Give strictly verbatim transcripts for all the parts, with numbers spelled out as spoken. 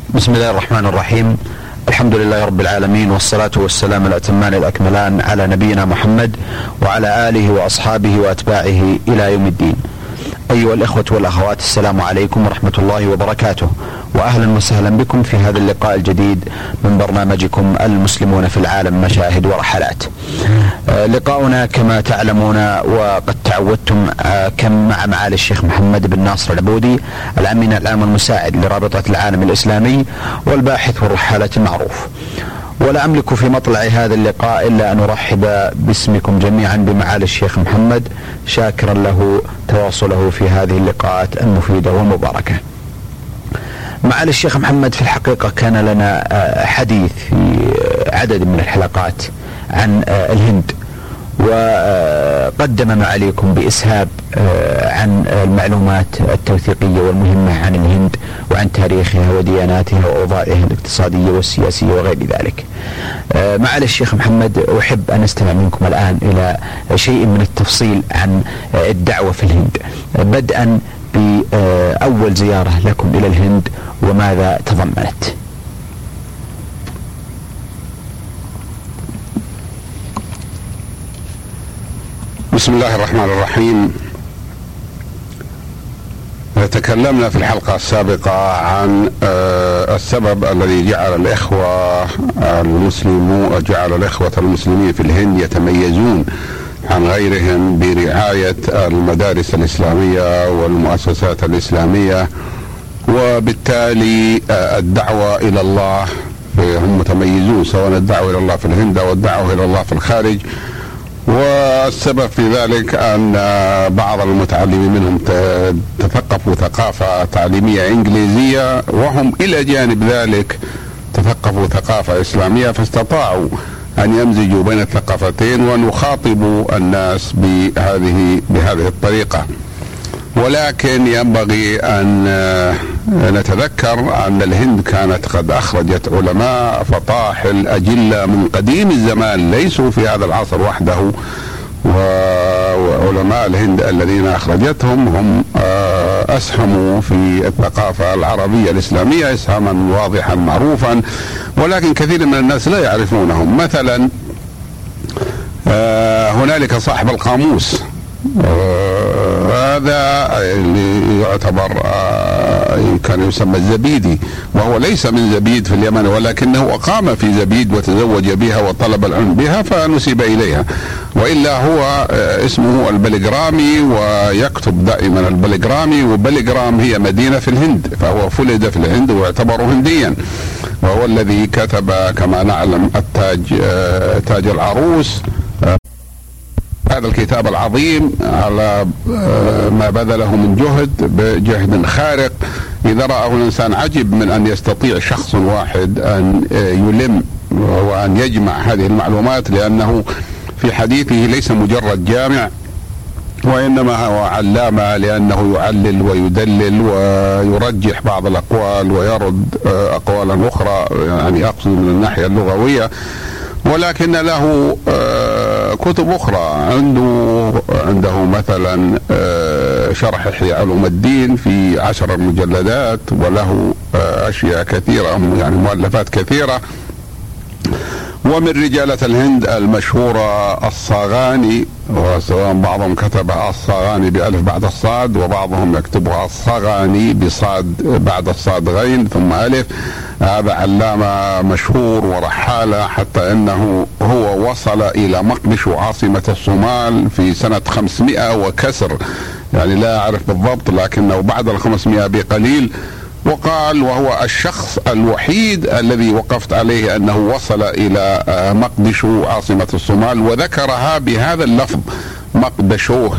بسم الله الرحمن الرحيم. الحمد لله رب العالمين، والصلاة والسلام الأتمان الأكملان على نبينا محمد وعلى آله وأصحابه وأتباعه إلى يوم الدين. أيها الإخوة والأخوات، السلام عليكم ورحمة الله وبركاته، وأهلا وسهلا بكم في هذا اللقاء الجديد من برنامجكم المسلمون في العالم مشاهد ورحلات. لقاؤنا كما تعلمون وقد تعودتم كم مع معالي الشيخ محمد بن ناصر العبودي، الأمين العام المساعد لرابطة العالم الإسلامي والباحث والرحالة المعروف. ولا أملك في مطلع هذا اللقاء إلا أن أرحب باسمكم جميعا بمعالي الشيخ محمد، شاكرا له تواصله في هذه اللقاءات المفيدة والمباركة. معالي الشيخ محمد، في الحقيقة كان لنا حديث في عدد من الحلقات عن الهند، وقدم معاليكم بإسهاب عن المعلومات التوثيقية والمهمة عن الهند وعن تاريخها ودياناتها وأوضاعها الاقتصادية والسياسية وغير ذلك. معالي الشيخ محمد، أحب أن أستمع منكم الآن إلى شيء من التفصيل عن الدعوة في الهند، بدءا بأول زيارة لكم إلى الهند وماذا تضمنت. بسم الله الرحمن الرحيم. تكلمنا في الحلقة السابقة عن السبب الذي جعل الإخوة المسلمون جعل الإخوة المسلمين في الهند يتميزون عن غيرهم برعاية المدارس الإسلامية والمؤسسات الإسلامية، وبالتالي الدعوة إلى الله هم متميزون، سواء الدعوة إلى الله في الهند أو الدعوة إلى الله في الخارج. والسبب في ذلك أن بعض المتعلمين منهم تثقفوا ثقافة تعليمية إنجليزية، وهم إلى جانب ذلك تثقفوا ثقافة إسلامية، فاستطاعوا أن يمزجوا بين الثقافتين وأن يخاطبوا الناس بهذه بهذه الطريقة. ولكن ينبغي أن نتذكر أن الهند كانت قد أخرجت علماء فطاحل أجلة من قديم الزمان، ليسوا في هذا العصر وحده، وعلماء الهند الذين أخرجتهم هم أسهموا في الثقافة العربية الإسلامية إسهاما واضحا معروفا، ولكن كثير من الناس لا يعرفونهم. مثلا هنالك صاحب القاموس، هذا اللي يعتبر كان يسمى الزبيدي، وهو ليس من زبيد في اليمن، ولكنه أقام في زبيد وتزوج بها وطلب العلم بها فنسب إليها، وإلا هو اسمه البلغرامي ويكتب دائما البلغرامي، وبلغرام هي مدينة في الهند، فهو ولد في الهند ويعتبر هنديا، وهو الذي كتب كما نعلم التاج تاج العروس، هذا الكتاب العظيم على ما بذله من جهد بجهد خارق. إذا رآه الإنسان عجب من أن يستطيع شخص واحد أن يلم وأن يجمع هذه المعلومات، لأنه في حديثه ليس مجرد جامع، وإنما هو علامة، لأنه يعلل ويدلل ويرجح بعض الأقوال ويرد أقوالا أخرى، يعني أقصد من الناحية اللغوية. ولكن له كتب أخرى، عنده عنده مثلا شرح إحياء علوم الدين في عشر مجلدات، وله أشياء كثيرة، يعني مؤلفات كثيرة. ومن رجالة الهند المشهورة الصاغاني، وسواء بعضهم كتبها الصاغاني بألف بعد الصاد، وبعضهم يكتبها الصاغاني بصاد بعد الصاد غين ثم ألف. هذا علامة مشهور ورحالة، حتى أنه هو وصل إلى مقدشو عاصمة الصومال في سنة خمسمائة وكسر، يعني لا أعرف بالضبط، لكنه بعد الخمسمائة بقليل. وقال وهو الشخص الوحيد الذي وقفت عليه أنه وصل إلى مقدشو عاصمة الصومال، وذكرها بهذا اللفظ مقدشوه.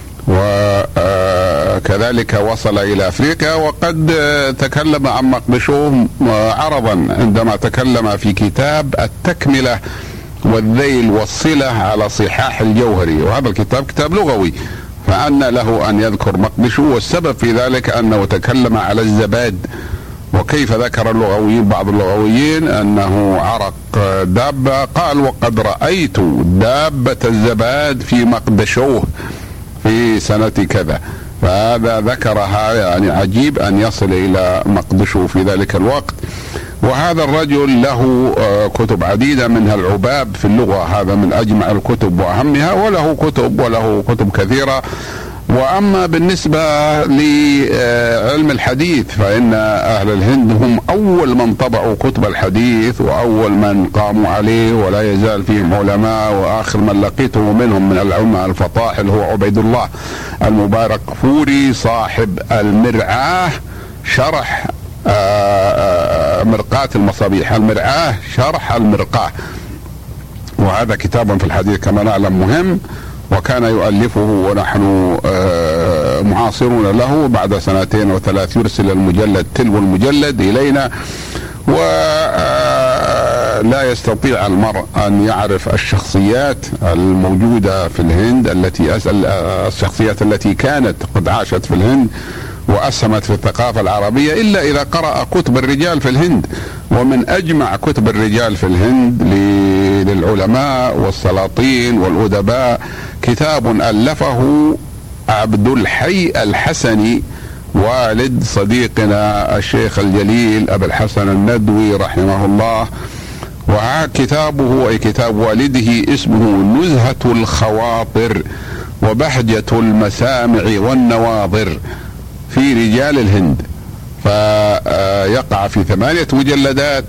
وكذلك وصل إلى أفريقيا، وقد تكلم عن مقدشوه عرضا عندما تكلم في كتاب التكملة والذيل والصلة على صحاح الجوهري، وهذا الكتاب كتاب لغوي، فأن له أن يذكر مقدشو. والسبب في ذلك أنه تكلم على الزباد، وكيف ذكر اللغويين بعض اللغويين أنه عرق دابة، قال وقد رأيت دابة الزباد في مقدشوه في سنة كذا. فهذا ذكرها، يعني عجيب أن يصل إلى مقدشه في ذلك الوقت. وهذا الرجل له كتب عديدة منها العباب في اللغة، هذا من أجمع الكتب وأهمها، وله كتب وله كتب كثيرة. وأما بالنسبة لعلم الحديث فإن أهل الهند هم أول من طبعوا كتب الحديث وأول من قاموا عليه، ولا يزال فيهم علماء. وآخر من لقيته منهم من العلماء الفطاحل هو عبيد الله المبارك فوري صاحب المرعاه، شرح مرقاة المصابيح، المرعاه شرح المرقاه، وهذا كتاب في الحديث كما نعلم مهم، وكان يؤلفه ونحن معاصرون له. بعد سنتين وثلاث يرسل المجلد تلو المجلد إلينا، ولا يستطيع المرء أن يعرف الشخصيات الموجودة في الهند التي أسأل الشخصيات التي كانت قد عاشت في الهند وأسهمت في الثقافة العربية إلا إذا قرأ كتب الرجال في الهند. ومن أجمع كتب الرجال في الهند للعلماء والسلاطين والأدباء كتاب ألفه عبد الحي الحسني والد صديقنا الشيخ الجليل أبي الحسن الندوي رحمه الله. وها كتابه أي كتاب والده اسمه نزهة الخواطر وبهجة المسامع والنواظر في رجال الهند، فيقع في ثمانية مجلدات.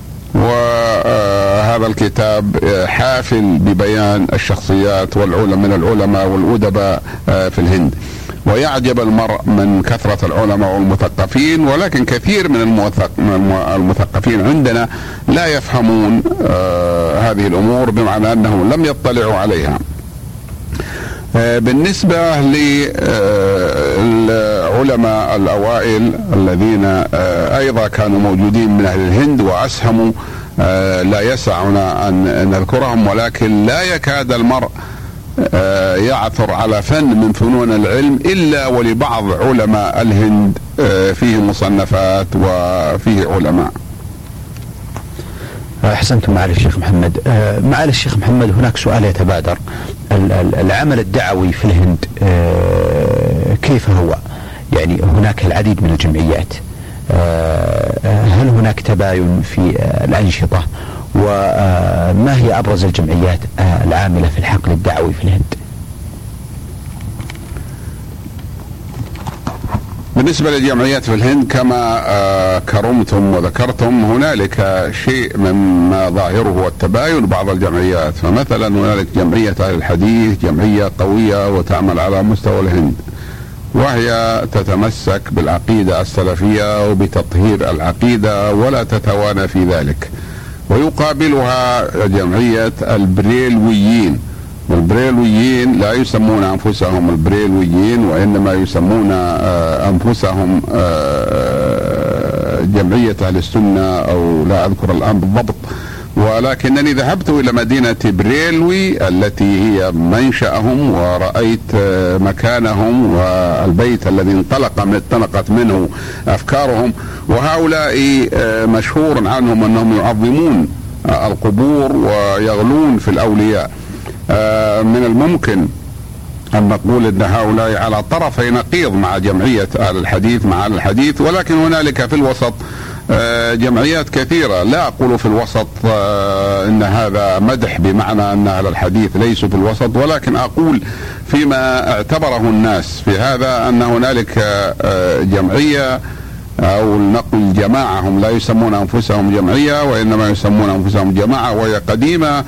وهذا الكتاب حافل ببيان الشخصيات والعلماء من العلماء والأدباء في الهند. ويعجب المرء من كثرة العلماء والمثقفين، ولكن كثير من المثقفين عندنا لا يفهمون هذه الأمور، بمعنى أنهم لم يطلعوا عليها. بالنسبة للعلماء الأوائل الذين أيضا كانوا موجودين من أهل الهند وأسهموا، لا يسعنا أن نذكرهم، ولكن لا يكاد المرء يعثر على فن من فنون العلم إلا ولبعض علماء الهند فيه مصنفات وفيه علماء. أحسنتم معالي الشيخ محمد. معالي الشيخ محمد، هناك سؤال يتبادر: العمل الدعوي في الهند كيف هو؟ يعني هناك العديد من الجمعيات، هل هناك تباين في الأنشطة؟ وما هي أبرز الجمعيات العاملة في الحقل الدعوي في الهند؟ بالنسبة للجمعيات في الهند كما كرمتم وذكرتم، هنالك شيء مما ظاهره التباين بعض الجمعيات. فمثلا هنالك جمعية أهل الحديث، جمعية قوية وتعمل على مستوى الهند، وهي تتمسك بالعقيدة السلفية وبتطهير العقيدة ولا تتوانى في ذلك. ويقابلها جمعية البريلويين، والبريلويين لا يسمون أنفسهم البريلويين، وإنما يسمون أنفسهم جمعية أهل السنة، أو لا أذكر الآن بالضبط. ولكنني ذهبت إلى مدينة بريلوي التي هي منشأهم، ورأيت مكانهم والبيت الذي انطلق انطلقت منه أفكارهم. وهؤلاء مشهور عنهم أنهم يعظمون القبور ويغلون في الأولياء. من الممكن أن نقول أن هؤلاء على طرفي نقيض مع جمعية أهل الحديث مع أهل الحديث، ولكن هنالك في الوسط جمعيات كثيرة. لا أقول في الوسط إن هذا مدح بمعنى أن أهل الحديث ليسوا في الوسط، ولكن أقول فيما اعتبره الناس في هذا أن هنالك جمعية أو نقول جماعة، هم لا يسمون أنفسهم جمعية وإنما يسمون أنفسهم جماعة، وهي قديمة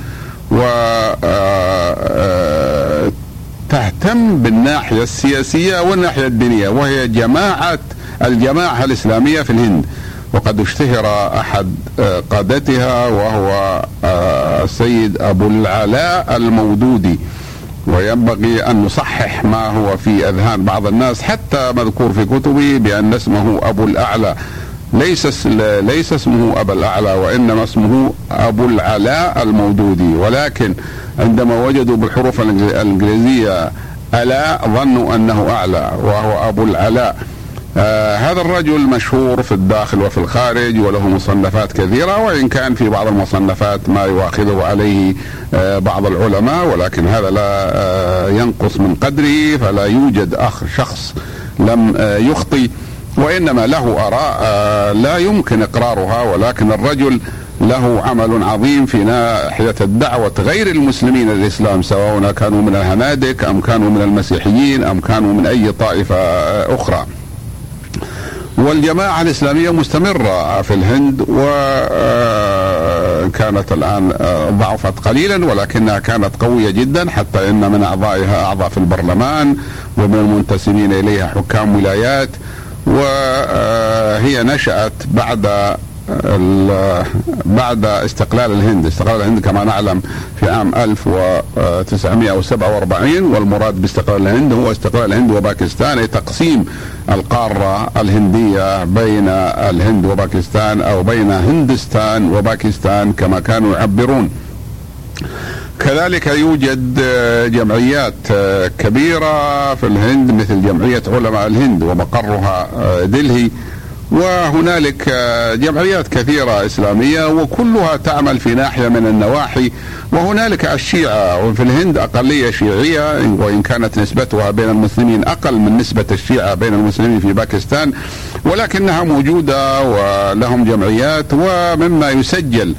وتهتم بالناحية السياسية والناحية الدينية، وهي جماعة الجماعة الإسلامية في الهند. وقد اشتهر أحد قادتها وهو السيد أبو العلاء المودودي، وينبغي أن نصحح ما هو في أذهان بعض الناس، حتى مذكور في كتبي بأن اسمه أبو الأعلى، ليس ليس اسمه أبو الأعلى، وإنما اسمه أبو العلاء المودودي. ولكن عندما وجدوا بالحروف الإنجليزية ألا ظنوا أنه أعلى، وهو أبو العلاء. آه هذا الرجل مشهور في الداخل وفي الخارج، وله مصنفات كثيرة، وإن كان في بعض المصنفات ما يؤاخذه عليه آه بعض العلماء، ولكن هذا لا آه ينقص من قدره. فلا يوجد أخ شخص لم يخطي، وإنما له آراء لا يمكن إقرارها، ولكن الرجل له عمل عظيم في ناحية الدعوة غير المسلمين الإسلام، سواء كانوا من الهنادك أم كانوا من المسيحيين أم كانوا من أي طائفة أخرى. والجماعة الإسلامية مستمرة في الهند، وكانت الآن ضعفت قليلا ولكنها كانت قوية جدا، حتى إن من أعضائها أعضاء في البرلمان ومن المنتسبين إليها حكام ولايات. وهي نشأت بعد بعد استقلال الهند. استقلال الهند كما نعلم في عام ألف وتسعمائة وسبعة وأربعين، والمراد باستقلال الهند هو استقلال الهند وباكستان، أي تقسيم القارة الهندية بين الهند وباكستان، أو بين هندستان وباكستان كما كانوا يعبرون. كذلك يوجد جمعيات كبيرة في الهند مثل جمعية علماء الهند ومقرها دلهي، وهنالك جمعيات كثيرة إسلامية وكلها تعمل في ناحية من النواحي. وهنالك الشيعة، وفي الهند أقلية شيعية وإن كانت نسبتها بين المسلمين أقل من نسبة الشيعة بين المسلمين في باكستان، ولكنها موجودة ولهم جمعيات. ومما يسجل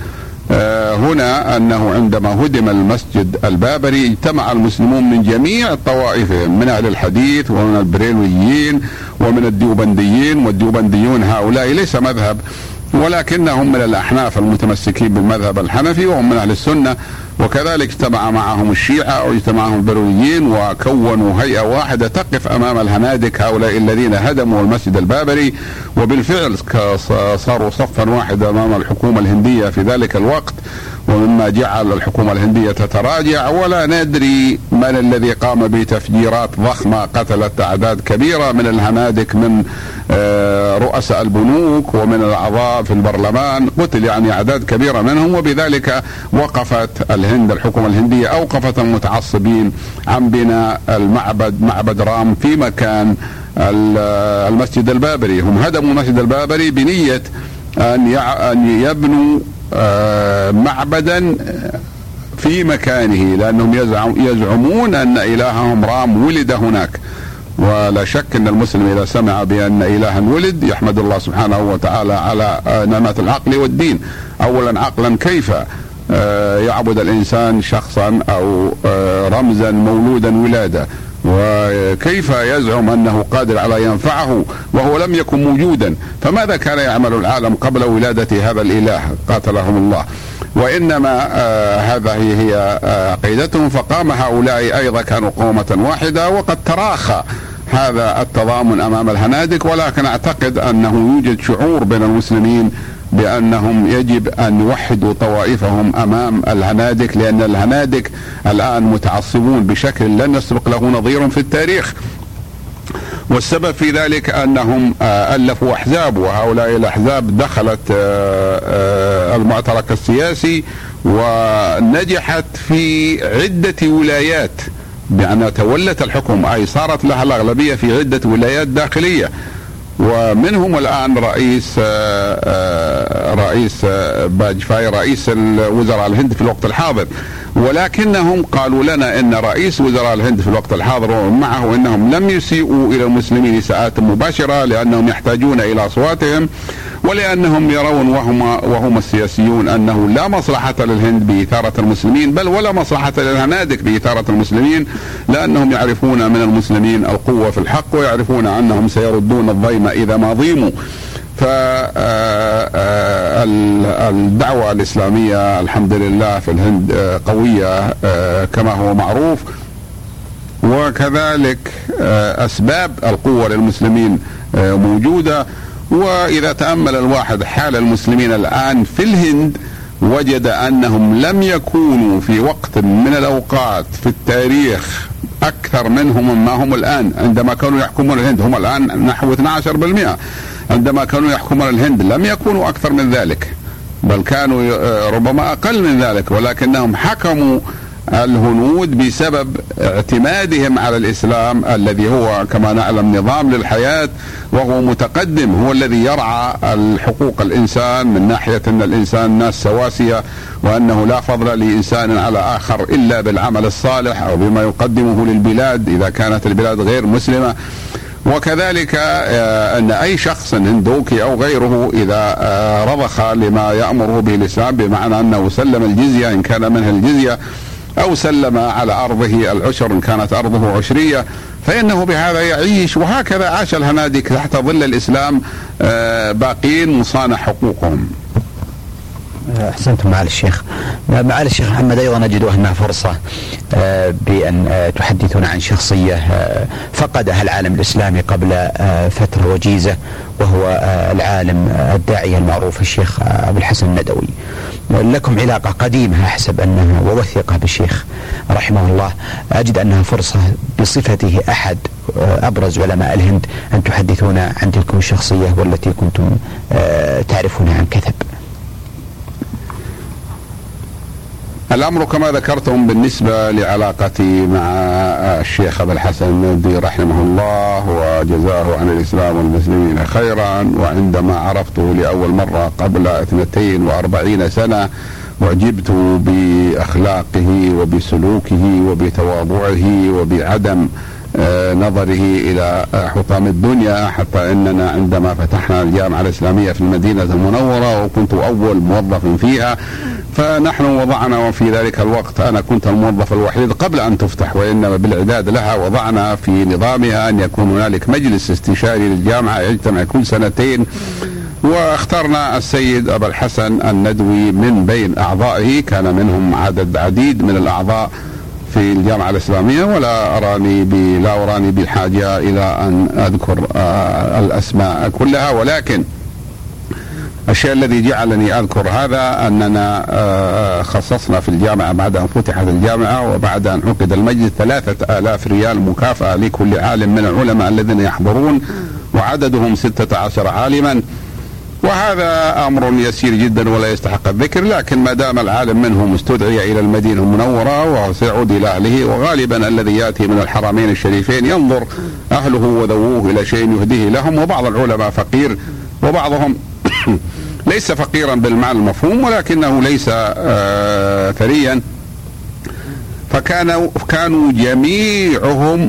هنا أنه عندما هدم المسجد البابري اجتمع المسلمون من جميع طوائفهم، من أهل الحديث ومن البريلويين ومن الديوبنديين. والديوبنديون هؤلاء ليس مذهب، ولكنهم من الأحناف المتمسكين بالمذهب الحنفي وهم من أهل السنة. وكذلك اجتمع معهم الشيعة واجتمع معهم البريلويين وكونوا هيئة واحدة تقف أمام الهنادك هؤلاء الذين هدموا المسجد البابري، وبالفعل صاروا صفا واحدا أمام الحكومة الهندية في ذلك الوقت، ومما جعل الحكومة الهندية تتراجع. ولا ندري من الذي قام بتفجيرات ضخمة قتلت أعداد كبيرة من الهنادك، من رؤساء البنوك ومن الأعضاء في البرلمان، قتل يعني أعداد كبيرة منهم. وبذلك وقفت الهند، الحكومة الهندية أوقفت المتعصبين عن بناء المعبد، معبد رام، في مكان المسجد البابري. هم هدموا المسجد البابري بنية أن يبنوا معبدا في مكانه، لأنهم يزعمون أن إلههم رام ولد هناك. ولا شك أن المسلم إذا سمع بأن إلها ولد يحمد الله سبحانه وتعالى على نعمة العقل والدين. أولا عقلا، كيف يعبد الإنسان شخصا أو رمزا مولودا ولادة، وكيف يزعم أنه قادر على ينفعه وهو لم يكن موجودا؟ فماذا كان يعمل العالم قبل ولادة هذا الإله قاتلهم الله؟ وإنما آه هذه هي آه عقيدتهم. فقام هؤلاء أيضا كانوا قومة واحدة، وقد تراخى هذا التضامن أمام الهنادك. ولكن أعتقد أنه يوجد شعور بين المسلمين بأنهم يجب أن يوحدوا طوائفهم أمام الهنادك، لأن الهنادك الآن متعصبون بشكل لن يسبق له نظير في التاريخ. والسبب في ذلك أنهم ألفوا أحزاب، وهؤلاء الأحزاب دخلت المعترك السياسي ونجحت في عدة ولايات، بأن تولت الحكم، أي صارت لها الأغلبية في عدة ولايات داخلية. ومنهم الآن رئيس رئيس باجفاي، رئيس وزراء الهند في الوقت الحاضر. ولكنهم قالوا لنا ان رئيس وزراء الهند في الوقت الحاضر ومعه انهم لم يسيئوا الى المسلمين اساءة مباشرة، لانهم يحتاجون الى اصواتهم، ولانهم يرون وهم وهم السياسيون انه لا مصلحة للهند باثارة المسلمين، بل ولا مصلحة للهنادك باثارة المسلمين، لانهم يعرفون من المسلمين القوة في الحق، ويعرفون انهم سيردون الضيم اذا ما ضيموا. فالدعوة الإسلامية الحمد لله في الهند قوية كما هو معروف، وكذلك أسباب القوة للمسلمين موجودة. وإذا تأمل الواحد حال المسلمين الآن في الهند وجد أنهم لم يكونوا في وقت من الأوقات في التاريخ أكثر منهم مما هم الآن. عندما كانوا يحكمون الهند هم الآن نحو اثني عشر بالمئة، عندما كانوا يحكمون الهند لم يكونوا أكثر من ذلك، بل كانوا ربما أقل من ذلك، ولكنهم حكموا الهنود بسبب اعتمادهم على الإسلام الذي هو كما نعلم نظام للحياة، وهو متقدم، هو الذي يرعى الحقوق الإنسان من ناحية أن الإنسان ناس سواسية، وأنه لا فضل لإنسان على آخر إلا بالعمل الصالح أو بما يقدمه للبلاد إذا كانت البلاد غير مسلمة. وكذلك أن أي شخص هندوكي أو غيره إذا رضخ لما يأمره به الإسلام، بمعنى أنه سلم الجزية إن كان منها الجزية، أو سلم على أرضه العشر إن كانت أرضه عشرية، فإنه بهذا يعيش. وهكذا عاش الهنادك تحت ظل الإسلام باقين مصانع حقوقهم. أحسنتم معالي الشيخ. معالي الشيخ محمد، أيضا نجد أنها فرصة بأن تحدثنا عن شخصية فقدها العالم الإسلامي قبل فترة وجيزة، وهو العالم الداعية المعروف الشيخ أبو الحسن الندوي. لكم علاقة قديمة أحسب أنها ووثيقة بالشيخ رحمه الله. أجد أنها فرصة بصفته أحد أبرز علماء الهند أن تحدثونا عن تلكم الشخصية والتي كنتم تعرفونها عن كثب. الأمر كما ذكرتم بالنسبة لعلاقتي مع الشيخ أبو الحسن الندوي رحمه الله وجزاه عن الإسلام والمسلمين خيرا، وعندما عرفته لأول مرة قبل اثنتين وأربعين سنة وعجبت بأخلاقه وبسلوكه وبتواضعه وبعدم نظره إلى حطام الدنيا، حتى أننا عندما فتحنا الجامعة الإسلامية في المدينة المنورة وكنت أول موظف فيها، فنحن وضعنا، وفي ذلك الوقت أنا كنت الموظف الوحيد قبل أن تفتح، وإنما بالإعداد لها وضعنا في نظامها أن يكون هنالك مجلس استشاري للجامعة يجتمع كل سنتين، واخترنا السيد أبا الحسن الندوي من بين أعضائه. كان منهم عدد عديد من الأعضاء في الجامعة الإسلامية، ولا أراني ب... لا أراني بحاجة إلى أن أذكر آه الأسماء كلها، ولكن الشيء الذي جعلني أذكر هذا أننا آه خصصنا في الجامعة بعد أن فتحت الجامعة وبعد أن عقد المجلس ثلاثة آلاف ريال مكافأة لكل عالم من العلماء الذين يحضرون، وعددهم ستة عشر عالما. وهذا أمر يسير جدا ولا يستحق الذكر، لكن ما دام العالم منهم استدعي إلى المدينة المنورة وسيعود إلى أهله، وغالبا الذي يأتي من الحرمين الشريفين ينظر أهله وذووه إلى شيء يهديه لهم. وبعض العلماء فقير وبعضهم ليس فقيرا بالمعنى المفهوم، ولكنه ليس آه ثريا، فكانوا كانوا جميعهم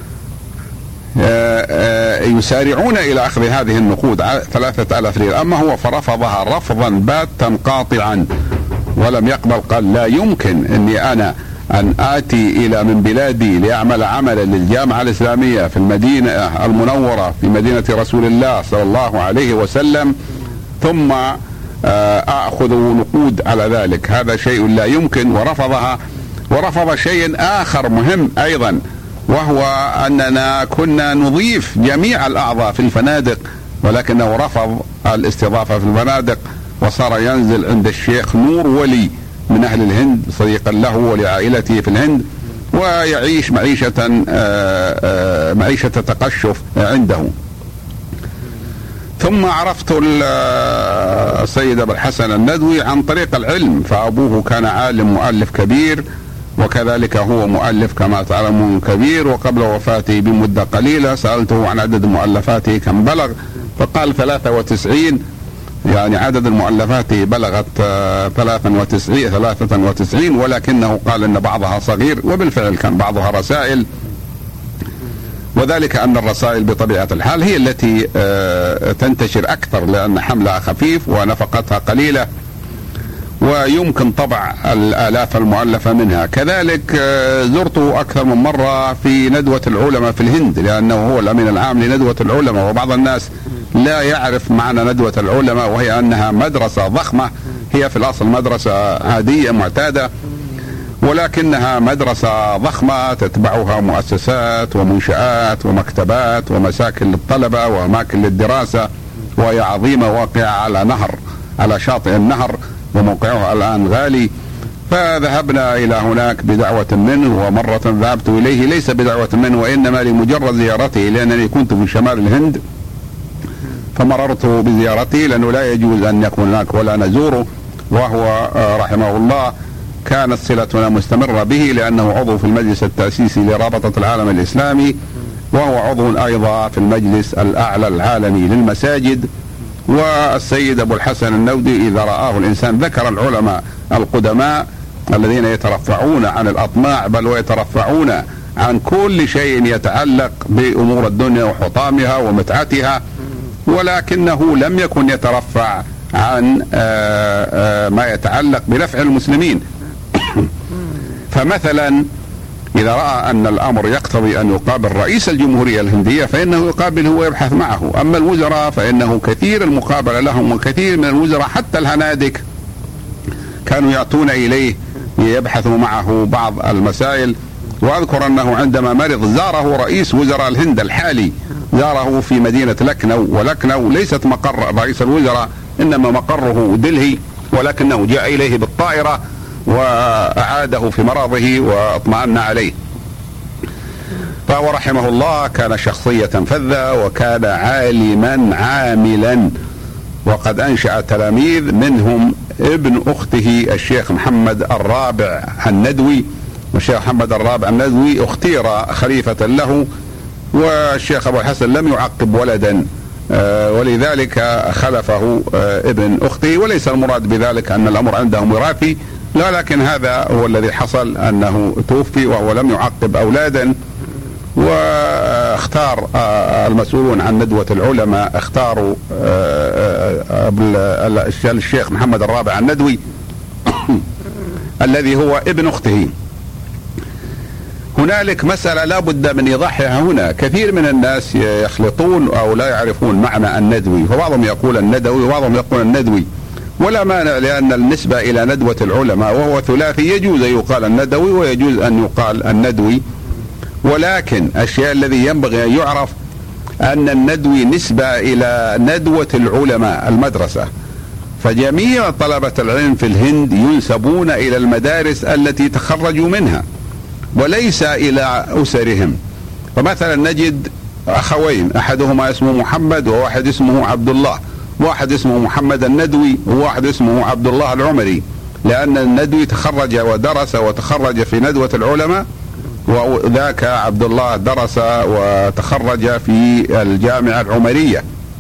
يسارعون إلى أخذ هذه النقود ثلاثة آلاف ريال. أما هو فرفضها رفضا باتا قاطعا ولم يقبل، قال لا يمكن أني أنا أن آتي إلى من بلادي لأعمل عملا للجامعة الإسلامية في المدينة المنورة في مدينة رسول الله صلى الله عليه وسلم ثم أخذ نقود على ذلك، هذا شيء لا يمكن. ورفضها. ورفض شيء آخر مهم أيضا، وهو أننا كنا نضيف جميع الأعضاء في الفنادق، ولكنه رفض الاستضافة في الفنادق، وصار ينزل عند الشيخ نور ولي من أهل الهند صديقا له ولعائلته في الهند، ويعيش معيشة معيشة تقشف عنده. ثم عرفت السيد أبو الحسن الندوي عن طريق العلم، فأبوه كان عالم مؤلف كبير، وكذلك هو مؤلف كما تعلمون كبير. وقبل وفاته بمدة قليلة سألته عن عدد مؤلفاته كم بلغ، فقال ثلاثة وتسعين، يعني عدد المؤلفات بلغت ثلاثة وتسعين، ولكنه قال أن بعضها صغير، وبالفعل كان بعضها رسائل، وذلك أن الرسائل بطبيعة الحال هي التي تنتشر أكثر لأن حملها خفيف ونفقتها قليلة، ويمكن طبع الآلاف المؤلفة منها. كذلك زرته أكثر من مرة في ندوة العلماء في الهند، لأنه هو الأمين العام لندوة العلماء، وبعض الناس لا يعرف معنى ندوة العلماء، وهي أنها مدرسة ضخمة، هي في الأصل مدرسة عادية معتادة، ولكنها مدرسة ضخمة تتبعها مؤسسات ومنشآت ومكتبات ومساكن للطلبة وأماكن للدراسة، وهي عظيمة واقعة على نهر، على شاطئ النهر، وموقعها الآن غالي. فذهبنا إلى هناك بدعوة منه، ومرة ذهبت إليه ليس بدعوة منه وإنما لمجرد زيارته، لأنني كنت في شمال الهند فمررت بزيارته، لأنه لا يجوز أن يكون هناك ولا نزوره، وهو رحمه الله كانت صلتنا مستمرة به، لأنه عضو في المجلس التأسيسي لرابطة العالم الإسلامي، وهو عضو أيضا في المجلس الأعلى العالمي للمساجد. والسيد أبو الحسن الندوي إذا رآه الإنسان، ذكر العلماء القدماء الذين يترفعون عن الأطماع بل ويترفعون عن كل شيء يتعلق بأمور الدنيا وحطامها ومتعتها، ولكنه لم يكن يترفع عن ما يتعلق بنفع المسلمين. فمثلا إذا رأى أن الأمر يقتضي أن يقابل رئيس الجمهورية الهندية فإنه يقابله ويبحث معه. أما الوزراء فإنه كثير المقابلة لهم، وكثير من الوزراء حتى الهنادك كانوا يأتون إليه يبحثوا معه بعض المسائل. وأذكر أنه عندما مرض زاره رئيس وزراء الهند الحالي، زاره في مدينة لكنو، ولكنو ليست مقر رئيس الوزراء إنما مقره دلهي، ولكنه جاء إليه بالطائرة وأعاده في مرضه واطمأن عليه. فهو رحمه الله كان شخصية فذة، وكان عالما عاملا، وقد أنشأ تلاميذ منهم ابن أخته الشيخ محمد الرابع الندوي. والشيخ محمد الرابع الندوي اختير خليفة له، والشيخ أبو الحسن لم يعقب ولدا، ولذلك خلفه ابن أخته. وليس المراد بذلك أن الأمر عندهم وراثي، لا، لكن هذا هو الذي حصل، أنه توفي وهو لم يعقب أولادا. واختار المسؤولون عن ندوة العلماء اختاروا الشيخ محمد الرابع الندوي الذي هو ابن أخته. هنالك مسألة لا بد من إيضاحها هنا. كثير من الناس يخلطون أو لا يعرفون معنى الندوي، فبعضهم يقول الندوي وبعضهم يقول الندوي، ولا مانع، لأن النسبة إلى ندوة العلماء وهو ثلاثي يجوز أن يقال الندوي ويجوز أن يقال الندوي. ولكن الشيء الذي ينبغي أن يعرف أن الندوي نسبة إلى ندوة العلماء المدرسة، فجميع طلبة العلم في الهند ينسبون إلى المدارس التي تخرجوا منها وليس إلى أسرهم. فمثلا نجد أخوين، أحدهما اسمه محمد وواحد اسمه عبد الله، واحد اسمه محمد الندوي وواحد اسمه عبد الله العمري، لأن الندوي تخرج ودرس وتخرج في ندوة العلماء، وذاك عبد الله درس وتخرج في الجامعة العمرية.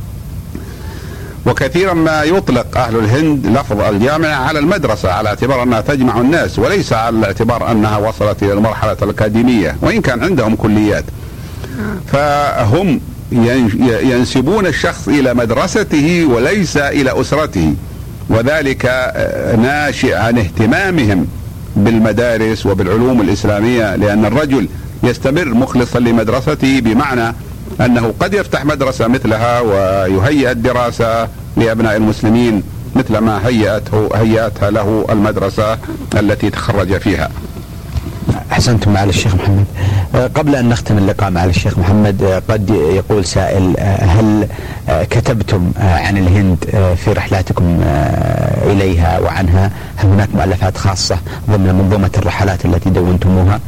وكثيرا ما يطلق أهل الهند لفظ الجامعة على المدرسة على اعتبار أنها تجمع الناس، وليس على اعتبار أنها وصلت إلى المرحلة الأكاديمية، وإن كان عندهم كليات. فهم ينسبون الشخص إلى مدرسته وليس إلى أسرته، وذلك ناشئ عن اهتمامهم بالمدارس وبالعلوم الإسلامية، لأن الرجل يستمر مخلصا لمدرسته، بمعنى أنه قد يفتح مدرسة مثلها ويهيئ الدراسة لأبناء المسلمين مثل ما هيئته هيئتها له المدرسة التي تخرج فيها. أحسنتم معالي الشيخ محمد. قبل أن نختم اللقاء معالي الشيخ محمد، قد يقول سائل: هل كتبتم عن الهند في رحلاتكم إليها وعنها؟ هل هناك مؤلفات خاصة ضمن منظومة الرحلات التي دونتموها؟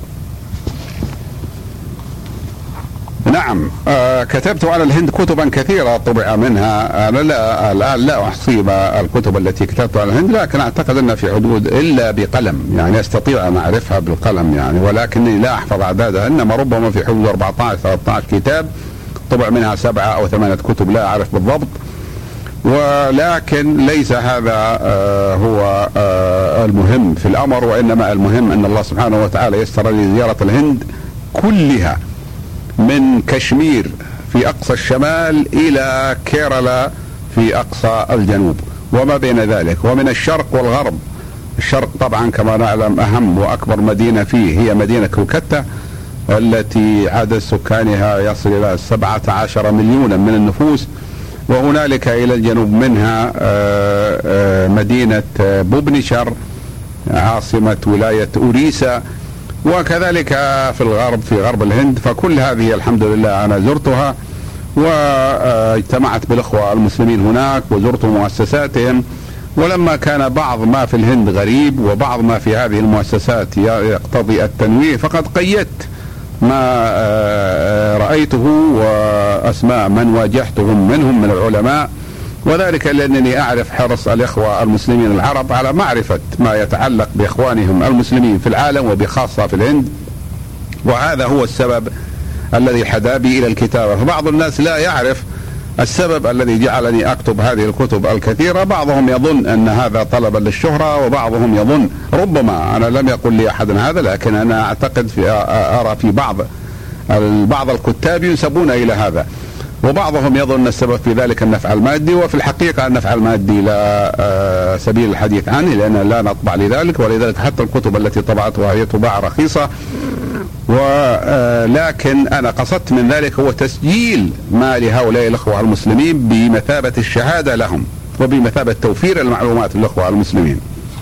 نعم، آه كتبت على الهند كتبا كثيرة طبع منها. أنا لا الآن لا أحصي الكتب التي كتبت على الهند، لكن أعتقد أن في حدود إلا بقلم، يعني أستطيع أن أعرفها بالقلم يعني، ولكني لا أحفظ أعدادها، إنما ربما في حدود أربعة عشر ثلاثة عشر كتاب، طبع منها سبعة أو ثمانية كتب لا أعرف بالضبط. ولكن ليس هذا آه هو آه المهم في الأمر، وإنما المهم أن الله سبحانه وتعالى يسر لي زيارة الهند كلها، من كشمير في أقصى الشمال إلى كيرالا في أقصى الجنوب وما بين ذلك، ومن الشرق والغرب. الشرق طبعا كما نعلم أهم وأكبر مدينة فيه هي مدينة كلكتة التي عدد سكانها يصل إلى سبعة عشر مليونا من النفوس، وهنالك إلى الجنوب منها مدينة بوبنيشر عاصمة ولاية أوريسا، وكذلك في الغرب في غرب الهند. فكل هذه الحمد لله أنا زرتها واجتمعت بالإخوة المسلمين هناك وزرت مؤسساتهم. ولما كان بعض ما في الهند غريب وبعض ما في هذه المؤسسات يقتضي التنويه، فقد قيدت ما رأيته وأسماء من واجهتهم منهم من العلماء، وذلك لأنني أعرف حرص الإخوة المسلمين العرب على معرفة ما يتعلق بإخوانهم المسلمين في العالم وبخاصة في الهند، وهذا هو السبب الذي حدا بي إلى الكتابة. فبعض الناس لا يعرف السبب الذي جعلني أكتب هذه الكتب الكثيرة، بعضهم يظن أن هذا طلبا للشهرة، وبعضهم يظن، ربما أنا لم يقل لي أحد هذا، لكن أنا أعتقد في أرى في بعض بعض الكتاب ينسبون إلى هذا، وبعضهم يظن السبب في ذلك النفع المادي، وفي الحقيقة النفع المادي لا سبيل الحديث عنه، لأن لا نطبع لذلك، ولذلك حتى الكتب التي طبعتها هي تباع رخيصة. ولكن أنا قصدت من ذلك هو تسجيل ما لهؤلاء الأخوة المسلمين بمثابة الشهادة لهم، وبمثابة توفير المعلومات للأخوة المسلمين.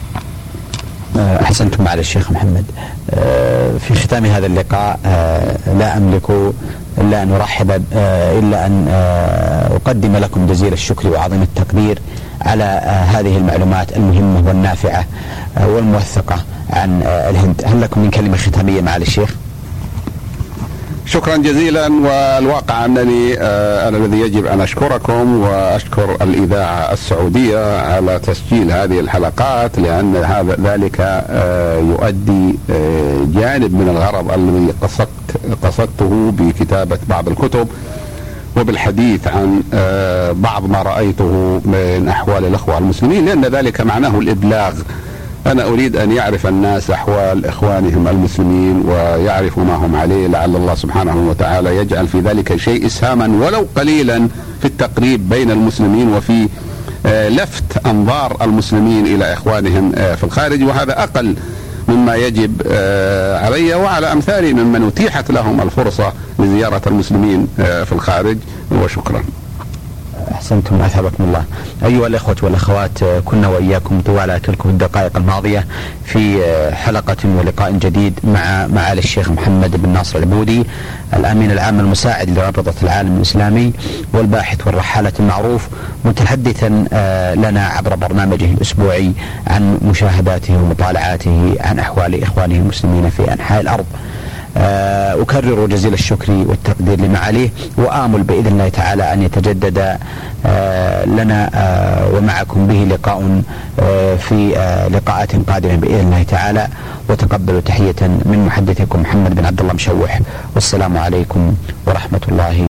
أحسنتم على الشيخ محمد. في ختام هذا اللقاء لا أملك إلا أن أرحب إلا أن أقدم لكم جزيل الشكر وعظيم التقدير على هذه المعلومات المهمة والنافعة والموثقة عن الهند. هل لكم من كلمة ختامية معالي الشيخ؟ شكرا جزيلا. والواقع أنني أنا الذي يجب أن أشكركم وأشكر الإذاعة السعودية على تسجيل هذه الحلقات، لأن هذا ذلك يؤدي جانب من الغرض الذي قصدت قصدته بكتابة بعض الكتب وبالحديث عن بعض ما رأيته من أحوال الأخوة المسلمين، لأن ذلك معناه الإبلاغ. أنا أريد أن يعرف الناس أحوال إخوانهم المسلمين ويعرفوا ما هم عليه، لعل الله سبحانه وتعالى يجعل في ذلك شيء إسهاما ولو قليلا في التقريب بين المسلمين وفي لفت أنظار المسلمين إلى إخوانهم في الخارج، وهذا أقل مما يجب علي وعلى أمثالي ممن أتيحت لهم الفرصة لزيارة المسلمين في الخارج. وشكرا. أحسنتم أثابكم الله. أيها الأخوة والأخوات، كنا وإياكم طوال تلك الدقائق الماضية في حلقة ولقاء جديد مع معالي الشيخ محمد بن ناصر العبودي، الأمين العام المساعد لرابطة العالم الإسلامي والباحث والرحالة المعروف، متحدثا لنا عبر برنامجه الأسبوعي عن مشاهداته ومطالعاته عن أحوال إخوانه المسلمين في أنحاء الأرض. أكرر جزيل الشكر والتقدير لمعاليه، وآمل بإذن الله تعالى أن يتجدد لنا ومعكم به لقاء في لقاءات قادمة بإذن الله تعالى. وتقبلوا تحية من محدثكم محمد بن عبد الله مشوح، والسلام عليكم ورحمة الله